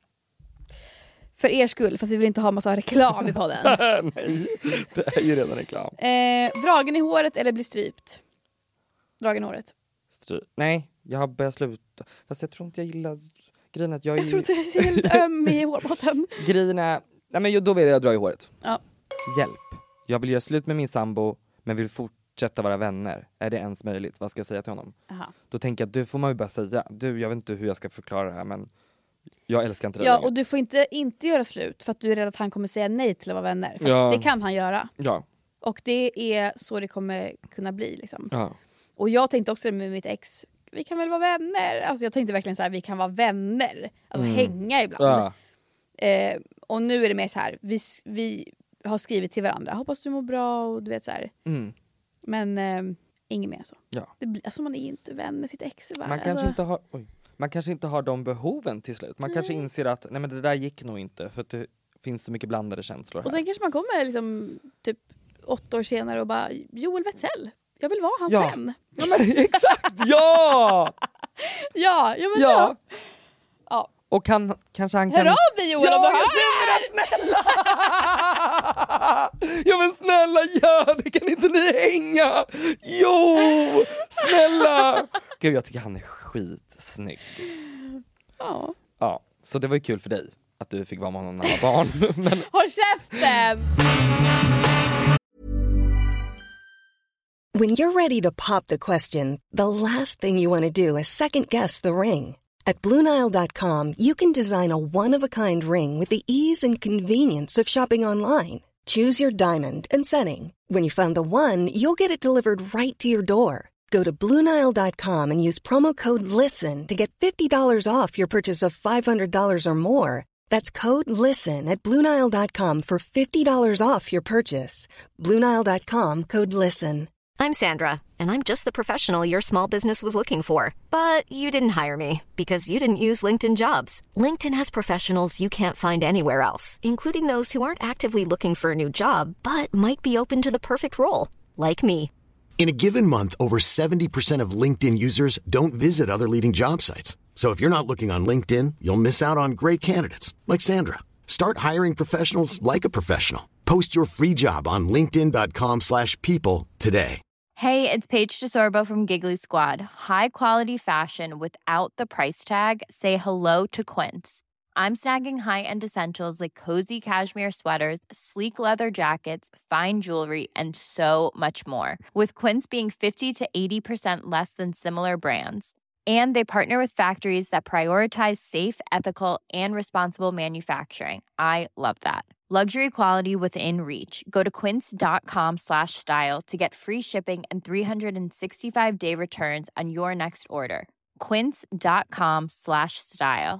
För er skull, för att vi vill inte ha massa reklam i podden. Nej, det är ju redan reklam. eh, dragen i håret eller bli strypt? Dragen i håret. Stry- Nej, jag har börjat sluta. Fast jag tror inte jag gillar grejen att jag är... Jag tror att jag är lite öm i hårbotten. Grejen är... Nej, men då vill jag dra i håret. Ja. Hjälp. Jag vill göra slut med min sambo, men vill fortsätta vara vänner. Är det ens möjligt? Vad ska jag säga till honom? Aha. Då tänker jag, du får man ju bara säga. Du, jag vet inte hur jag ska förklara det här, men jag älskar inte det Ja, längre. och du får inte, inte göra slut för att du är rädd att han kommer säga nej till att vara vänner. För Ja. det kan han göra. Ja. Och det är så det kommer kunna bli. Liksom. Ja. Och jag tänkte också med mitt ex, vi kan väl vara vänner? Alltså jag tänkte verkligen så här, vi kan vara vänner. Alltså Mm. hänga ibland. Ja. Eh, och nu är det mer så här, vi, vi har skrivit till varandra, hoppas du mår bra och du vet så här. Mm. Men eh, inget mer så. Ja. Det blir, alltså man är ju inte vän med sitt ex. Va? Man alltså, kanske inte har... Oj. Man kanske inte har de behoven till slut. Man kanske inser att nej, men det där gick nog inte. För att det finns så mycket blandade känslor här. Och sen kanske man kommer liksom typ åtta år senare och bara, Joel Wetzel, jag vill vara hans Ja. vän. Ja, men exakt! Ja! Ja, ja men Ja. ja. Ja. Och kan, kanske han Hör kan... av dig Joel om Ja, du jag hör. känner det, snälla! Ja, men snälla, gör det! Kan inte ni hänga? Jo! Snälla! Gud, jag tycker han är skitsnygg. Ja. Ja, så det var ju kul för dig att du fick vara med honom när han var barn. Men Håll käften! When you're ready to pop the question, the last thing you want to do is second guess the ring. At Blue Nile dot com, you can design a one-of-a-kind ring with the ease and convenience of shopping online. Choose your diamond and setting. When you find the one, you'll get it delivered right to your door. Go to Blue Nile dot com and use promo code LISTEN to get fifty dollars off your purchase of five hundred dollars or more. That's code LISTEN at Blue Nile dot com for fifty dollars off your purchase. Blue Nile dot com, code LISTEN. I'm Sandra, and I'm just the professional your small business was looking for. But you didn't hire me because you didn't use LinkedIn Jobs. LinkedIn has professionals you can't find anywhere else, including those who aren't actively looking for a new job, but might be open to the perfect role, like me. In a given month, over seventy percent of LinkedIn users don't visit other leading job sites. So if you're not looking on LinkedIn, you'll miss out on great candidates like Sandra. Start hiring professionals like a professional. Post your free job on linkedin dot com slash people today. Hey, it's Paige DeSorbo from Giggly Squad. High quality fashion without the price tag. Say hello to Quince. I'm snagging high-end essentials like cozy cashmere sweaters, sleek leather jackets, fine jewelry, and so much more. With Quince being fifty to eighty percent less than similar brands. And they partner with factories that prioritize safe, ethical, and responsible manufacturing. I love that. Luxury quality within reach. Go to quince dot com slash style to get free shipping and three sixty-five day returns on your next order. quince dot com slash style.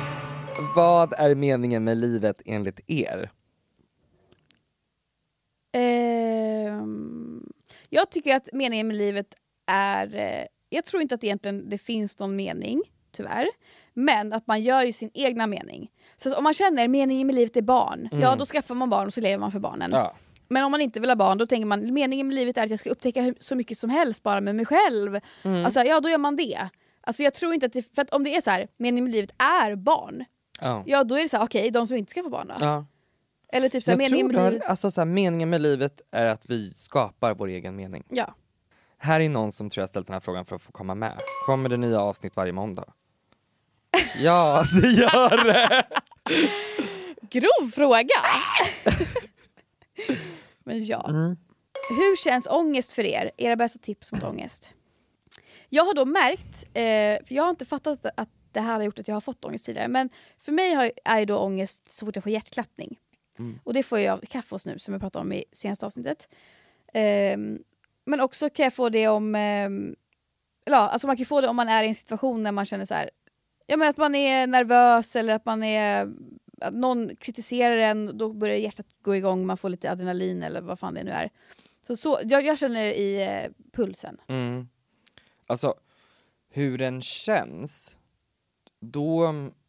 vad är meningen med livet enligt er? Ehm, jag tycker att meningen med livet är... Eh, jag tror inte att egentligen det finns någon mening, tyvärr. Men att man gör ju sin egna mening. Så att om man känner meningen med livet är barn, Mm. ja då skaffar man barn och så lever man för barnen. Ja. Men om man inte vill ha barn, då tänker man meningen med livet är att jag ska upptäcka hur- så mycket som helst bara med mig själv. Mm. Alltså, ja, då gör man det. Alltså, jag tror inte att det, för att om det är så här, meningen med livet är barn, Ja. ja då är det så här, okej, okay, de som inte ska få barn då. Ja. Eller typ så här, Jag meningen tror med du har- livet... alltså, så här, meningen med livet är att vi skapar vår egen mening. Ja. Här är någon som tror jag ställt den här frågan för att få komma med. Kommer det nya avsnitt varje måndag? Ja, det gör det! Grov fråga! Men ja. Mm. Hur känns ångest för er? Era bästa tips mot ångest? Jag har då märkt, eh, för jag har inte fattat att det här har gjort att jag har fått ångest tidigare, men för mig har, är ju då ångest så fort jag får hjärtklappning. Mm. Och det får jag av kaffe och snus som jag pratade om i senaste avsnittet. Eh, men också kan jag få det om... Eh, ja, alltså man kan få det om man är i en situation när man känner så här, ja, men att man är nervös eller att man är... Att någon kritiserar en, då börjar hjärtat gå igång, man får lite adrenalin eller vad fan det nu är. Så, så jag, jag känner det i eh, pulsen. Mm. Alltså, hur den känns, då,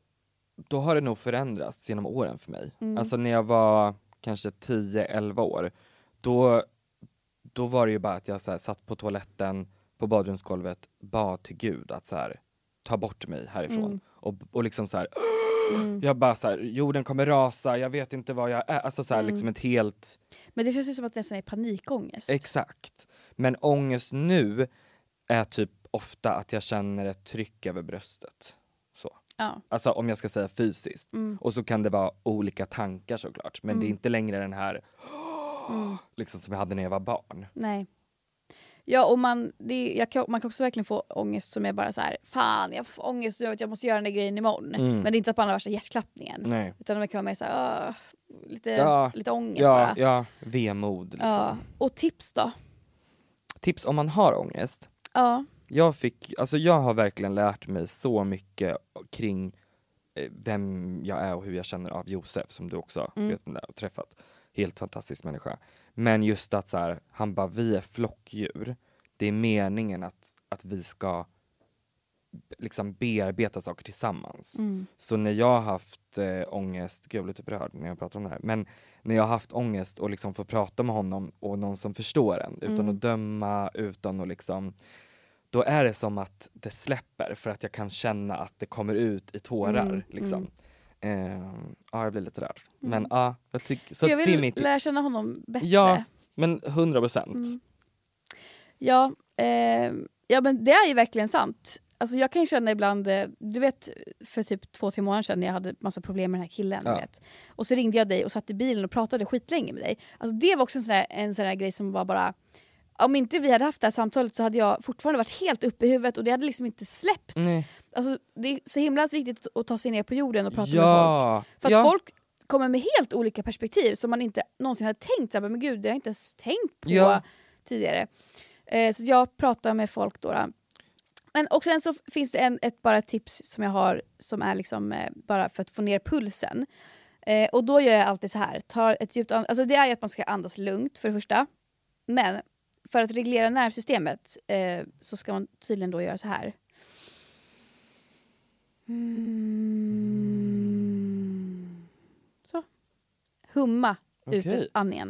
då har det nog förändrats genom åren för mig. Mm. Alltså när jag var kanske tio elva år, då, då var det ju bara att jag så här, satt på toaletten på badrumsgolvet, bad till Gud att så här, ta bort mig härifrån. Mm. Och, och liksom så här, Mm. jag bara så här, jorden kommer rasa, jag vet inte vad jag är. Alltså så här, Mm. liksom ett helt... Men det känns ju som att det nästan är panikångest. Exakt. Men ångest nu är typ ofta att jag känner ett tryck över bröstet. Så. Ja. Alltså om jag ska säga fysiskt. Mm. Och så kan det vara olika tankar såklart. Men Mm. det är inte längre den här Mm. liksom som jag hade när jag var barn. Nej. Ja, och man, det, jag kan, man kan också verkligen få ångest som är bara så här, fan jag får ångest över att jag måste göra den där grejen imorgon. Mm. Men det är inte att man har värsta hjärtklappningen. Nej. Utan det kan vara mer så här, "Åh", lite, Ja. lite ångest Ja, bara. ja, vemod liksom. Ja. Och tips då? Tips om man har ångest. Ja. Jag fick, alltså jag har verkligen lärt mig så mycket kring eh, vem jag är och hur jag känner av Josef, som du också Mm. vet har träffat. Helt fantastisk människa. Men just att så här, han bara, vi är flockdjur. Det är meningen att, att vi ska liksom bearbeta saker tillsammans. Mm. Så när jag har haft äh, ångest, gud jag blir typ rörd när jag pratar om det här, men när jag har haft ångest och liksom får prata med honom och någon som förstår en, utan Mm. att döma, utan att liksom, då är det som att det släpper för att jag kan känna att det kommer ut i tårar. Mm, Liksom. Eh, ja, jag blir lite rörd. Mm. Men ja, jag tycker, så jag det är vill mitt tips. lära känna honom bättre. Ja, men hundra procent. Mm. Ja, eh, ja, men det är ju verkligen sant. Alltså jag kan ju känna ibland, eh, du vet för typ två, tre månader sedan när jag hade massa problem med den här killen. Ja. Du vet. Och så ringde jag dig och satt i bilen och pratade skitlänge med dig. Alltså det var också en sån där, en sån där grej som var bara, om inte vi hade haft det här samtalet så hade jag fortfarande varit helt uppe i huvudet och det hade liksom inte släppt. Nej. Alltså, det är så himla viktigt att ta sig ner på jorden och prata med Ja, folk. För att ja. folk kommer med helt olika perspektiv som man inte någonsin hade tänkt. Så här, men gud, det har jag inte ens tänkt på Ja. tidigare. Eh, så jag pratar med folk då. då. Men också sen så finns det en, ett bara tips som jag har som är liksom eh, bara för att få ner pulsen. Eh, och då gör jag alltid så här. Tar ett djupt and- alltså det är ju att man ska andas lugnt för det första. Men för att reglera nervsystemet eh, så ska man tydligen då göra så här. Mm. Så. Humma Okej. ut ur andningen.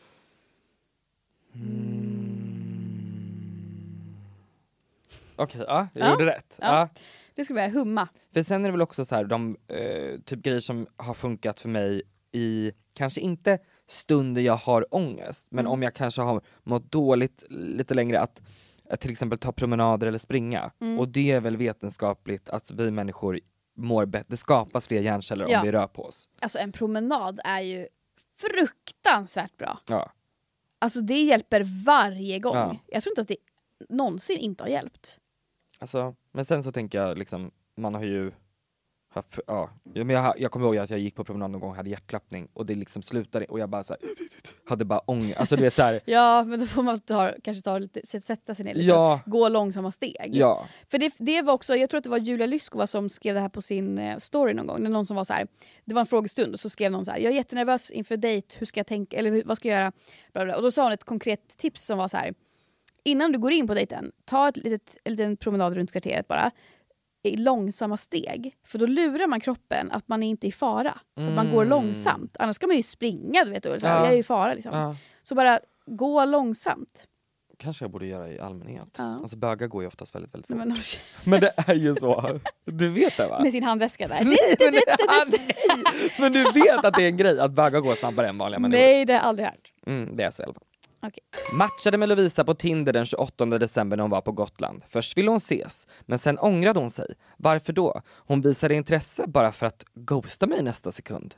Okej, ja, jag Ja. gjorde rätt. Ja. Ja. Det ska börja humma. För sen är det väl också så här, de eh, typ grejer som har funkat för mig i, kanske inte stunder jag har ångest, men Mm. om jag kanske har mått dåligt lite längre, att, att till exempel ta promenader eller springa. Mm. Och det är väl vetenskapligt att vi människor mår bättre, det skapas fler hjärnceller Ja. om vi rör på oss. Alltså en promenad är ju fruktansvärt bra. Ja. Alltså det hjälper varje gång. Ja. Jag tror inte att det någonsin inte har hjälpt. Alltså, men sen så tänker jag liksom, man har ju Varför, ja. Ja, men jag, jag kommer ihåg att jag gick på promenad någon gång och hade hjärtklappning och det liksom slutade och jag bara så här, hade bara ångest. Alltså du vet så här. Ja, men då får man ta, kanske ta lite, sätta sig ner lite Ja. och gå långsamma steg. Ja. För det, det var också, jag tror att det var Julia Lyskova som skrev det här på sin eh, story någon gång. När någon som var så här, det var en frågestund och så skrev någon så här, jag är jättenervös inför dejt, hur ska jag tänka, eller hur, vad ska jag göra? Bla bla. Och då sa hon ett konkret tips som var så här, innan du går in på dejten, ta ett litet, en liten promenad runt kvarteret bara. I långsamma steg. För då lurar man kroppen att man inte är i fara. För mm. man går långsamt. Annars ska man ju springa, du vet. Så här, ja. Jag är i fara liksom. Ja. Så bara gå långsamt. Kanske jag borde göra i allmänhet. Ja. Alltså bögar går ju oftast väldigt, väldigt fort. Men, men det är ju så. Du vet det va? Med sin handväska där. men, det, men du vet att det är en grej att bögar går snabbare än vanliga människor. Nej, det har jag aldrig hört. Mm, det är så i alla fall. Okay. Matchade med Lovisa på Tinder den tjugoåttonde december när hon var på Gotland. Först ville hon ses, men sen ångrade hon sig. Varför då? Hon visade intresse bara för att ghosta mig nästa sekund.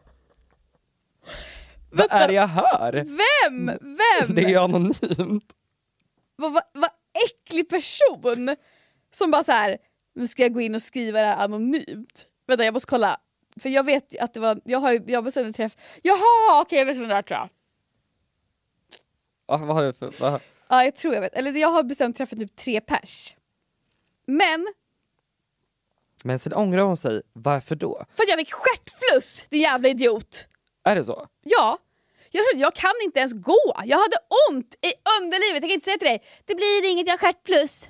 Vad är det jag hör? Vem? Vem? Det är anonymt. Vad va, va äcklig person som bara så här, nu ska jag gå in och skriva det här anonymt. Vänta, jag måste kolla. För jag vet att det var, jag har jag bestämde en träff. Jaha, okej, okay, jag vet vad det är, tror jag. Ah, vad har du för, vad? Ja, jag tror jag vet. Eller jag har bestämt träffat typ tre pers. Men Men sen ångrar hon sig. Varför då? För att jag fick stjärtfluss, din jävla idiot. Är det så? Ja. Jag, jag kan inte ens gå. Jag hade ont i underlivet. Jag kan inte säga till dig, det blir inget, jag har stjärtfluss.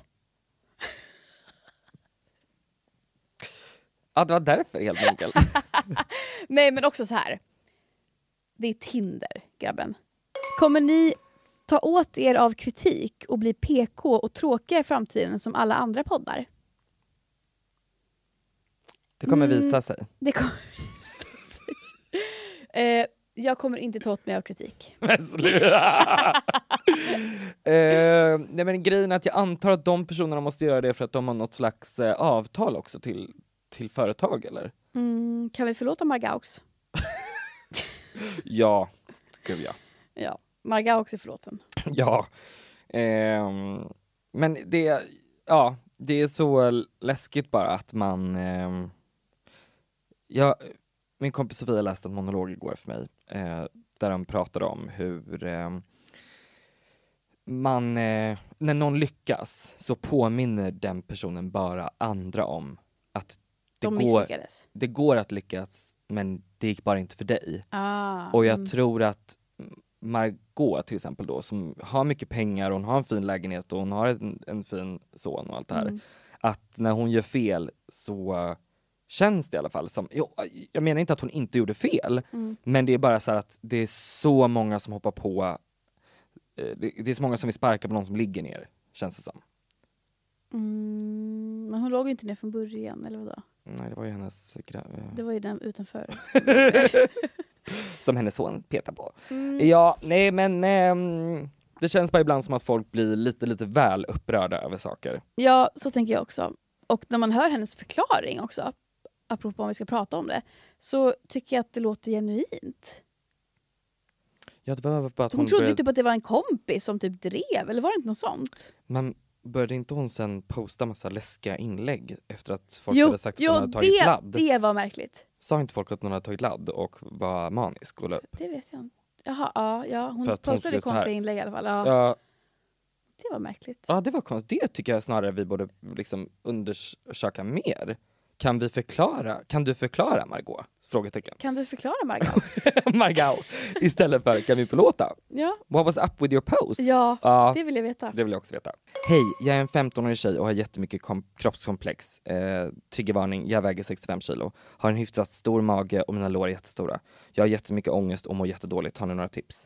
Ja, det var därför helt enkelt. Nej, men också så här. Det är Tinder, grabben. Kommer ni ta åt er av kritik och bli P K och tråkiga i framtiden som alla andra poddar? Det kommer mm, visa sig. Det kommer visa sig. eh, jag kommer inte ta åt mig av kritik. Men sluta! eh, nej men grejen är att jag antar att de personerna måste göra det för att de har något slags eh, avtal också till, till företag, eller? Mm, kan vi förlåta Margaux? Ja, gud ja. Ja, Margaux är förlåten. Ja. Eh, men det, ja, det är så läskigt bara att man... Eh, ja, min kompis Sofia läste en monolog igår för mig eh, där de pratade om hur eh, man, eh, när någon lyckas så påminner den personen bara andra om att det, de går, det går att lyckas, men det gick bara inte för dig. Ah, och jag mm. tror att Margot till exempel då, som har mycket pengar och hon har en fin lägenhet och hon har en, en fin son och allt det här, mm. att när hon gör fel så känns det i alla fall som, jo, jag menar inte att hon inte gjorde fel, mm. men det är bara så här att det är så många som hoppar på, det, det är så många som vill sparka på någon som ligger ner, känns det som. Mm, men hon låg ju inte ner från början, eller vadå? Nej, det var ju hennes gra- det var ju den utanför. Som hennes son petar på. Mm. Ja, nej men ähm, det känns bara ibland som att folk blir lite, lite väl upprörda över saker. Ja, så tänker jag också. Och när man hör hennes förklaring också, apropå om vi ska prata om det, så tycker jag att det låter genuint. Ja, det var bara att hon hon trodde började... typ att det var en kompis som typ drev, eller var det inte något sånt? Men började inte hon sen posta massa läskiga inlägg efter att folk jo, hade sagt att jo, hon hade tagit det, ladd? det var märkligt. Sa inte folk att hon hade tagit ladd och var manisk? Och löp? Det vet jag inte. Jaha, ja, ja. Hon hon postade konstiga inlägg i alla fall. Ja. Ja. Det var märkligt. Ja, det var konstigt. Det tycker jag snarare vi borde liksom undersöka mer. Kan vi förklara? Kan du förklara, Margot? Frågetecken. Kan du förklara, Margot? Margot. Istället för kan vi förlåta? Ja. What was up with your post? Ja, uh, det vill jag veta. Det vill jag också veta. Hej, jag är en femtonårig tjej och har jättemycket kom- kroppskomplex. Eh, triggervarning, jag väger sextiofem kilo. Har en hyfsat stor mage och mina lår är jättestora. Jag har jättemycket ångest och mår jättedåligt. Har ni några tips?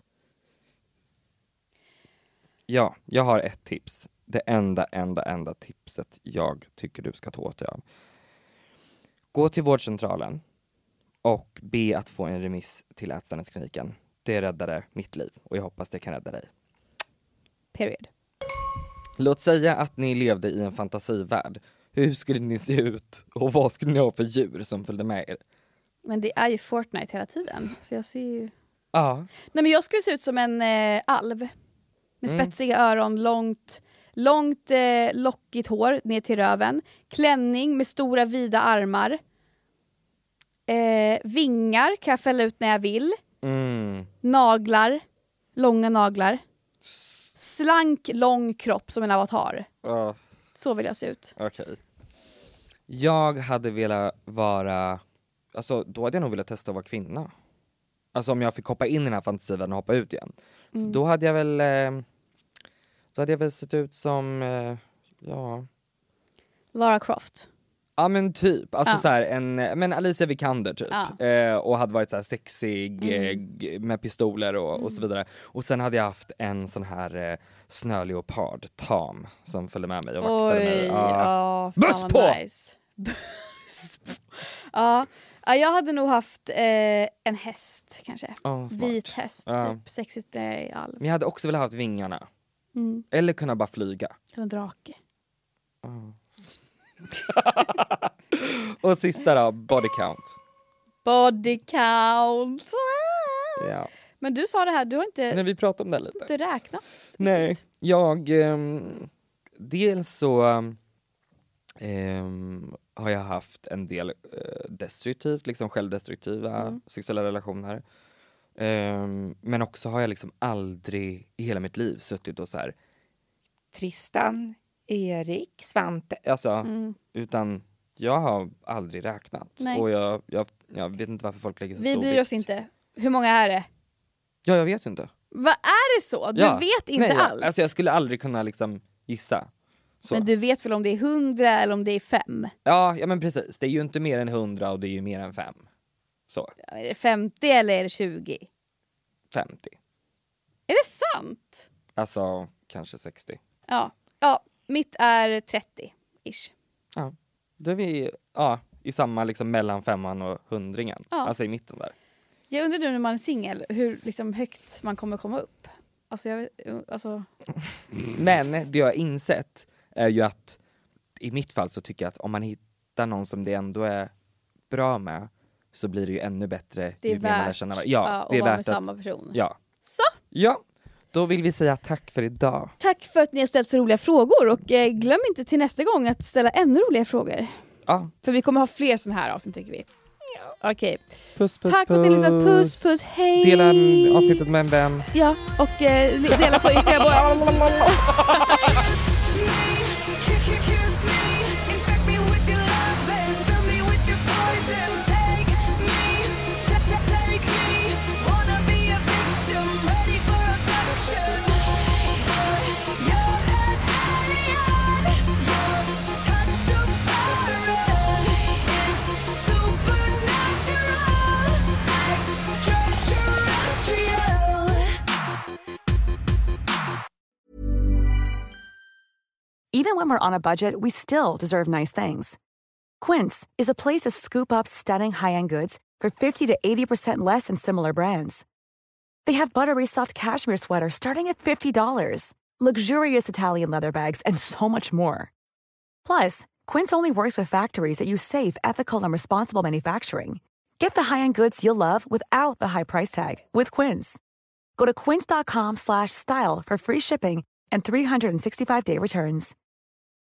Ja, jag har ett tips. Det enda, enda, enda tipset jag tycker du ska ta åt dig av. Gå till vårdcentralen och be att få en remiss till ätstörningskliniken. Det räddade mitt liv och jag hoppas det kan rädda dig. Period. Låt säga att ni levde i en fantasivärld. Hur skulle ni se ut och vad skulle ni ha för djur som följde med er? Men det är ju Fortnite hela tiden. Så jag ser ju... Ja. Nej, men jag skulle se ut som en eh, alv. Med Mm. spetsiga öron, långt, långt eh, lockigt hår ner till röven. Klänning med stora vida armar. Eh, vingar kan jag fälla ut när jag vill. Mm. Naglar. Långa naglar. Slank, lång kropp som en avatar. Uh. Så vill jag se ut. Okej. Okay. Jag hade velat vara... Alltså, då hade jag nog velat testa att vara kvinna. Alltså om jag fick hoppa in i den här fantasivärlden och hoppa ut igen. Mm. Så då hade jag väl... Eh, då hade jag väl sett ut som... Eh, ja... Lara Croft. Ja men typ, alltså ja. så här, en, men Alicia Vikander typ. Ja. Eh, och hade varit så här sexig mm. eh, med pistoler och, mm. och så vidare. Och sen hade jag haft en sån här eh, snöleopard, tam, som följde med mig och vaktade Oj, mig. Ja, uh, buss på! Nice. Buss på! Ja. Ja, jag hade nog haft eh, en häst kanske. Oh, vit häst, ja. typ sexigt i all. Men jag hade också velat haft vingarna. Mm. Eller kunna bara flyga. Eller en drake. Oh. Och sista då, body count. Body count. Ja. Men du sa det här, du har inte, Nej, vi pratade om det lite. inte räknat. Nej, jag... Um, dels så um, har jag haft en del uh, destruktivt, liksom självdestruktiva mm. sexuella relationer. Um, men också har jag liksom aldrig i hela mitt liv suttit och så här Tristan, Erik, Svante. Alltså, mm. utan jag har aldrig räknat. Nej. Och jag, jag, jag vet inte varför folk lägger så Vi stor bryr vikt. oss inte. Hur många är det? Ja, jag vet inte. Vad är det så? Du ja. vet inte Nej, alls? Jag, alltså jag skulle aldrig kunna liksom gissa. Så. Men du vet väl om det är hundra eller om det är fem? Ja, ja men precis. Det är ju inte mer än hundra och det är ju mer än fem. Så. Ja, är det femtio eller är det tjugo? femtio. Är det sant? Alltså, kanske sextio. Ja, ja mitt är trettio-ish. Ja, då är vi ja, i samma liksom mellan femman och hundringen. Ja. Alltså i mitten där. Jag undrar nu när man är singel hur liksom högt man kommer komma upp. Alltså jag vet, alltså... Men det jag har insett är ju att i mitt fall så tycker jag att om man hittar någon som det ändå är bra med så blir det ju ännu bättre. Det är ju mer man lär värt känna. Ja, ja, det är vara värt med att, samma person. Ja. Så! Ja, då vill vi säga tack för idag. Tack för att ni har ställt så roliga frågor och eh, glöm inte till nästa gång att ställa ännu roliga frågor. Ja. För vi kommer ha fler sådana här avsnitt tänker vi. Ja. Okej. Okay. Puss, puss, tack puss. för att ni lyssnade. Puss, puss, hej! Dela avsnittet med en vän. Ja, och eh, dela på Instagram. Even when we're on a budget, we still deserve nice things. Quince is a place to scoop up stunning high-end goods for fifty to eighty percent less than similar brands. They have buttery soft cashmere sweaters starting at fifty dollars, luxurious Italian leather bags, and so much more. Plus, Quince only works with factories that use safe, ethical, and responsible manufacturing. Get the high-end goods you'll love without the high price tag with Quince. Go to quince dot com slash style for free shipping and three sixty-five day returns.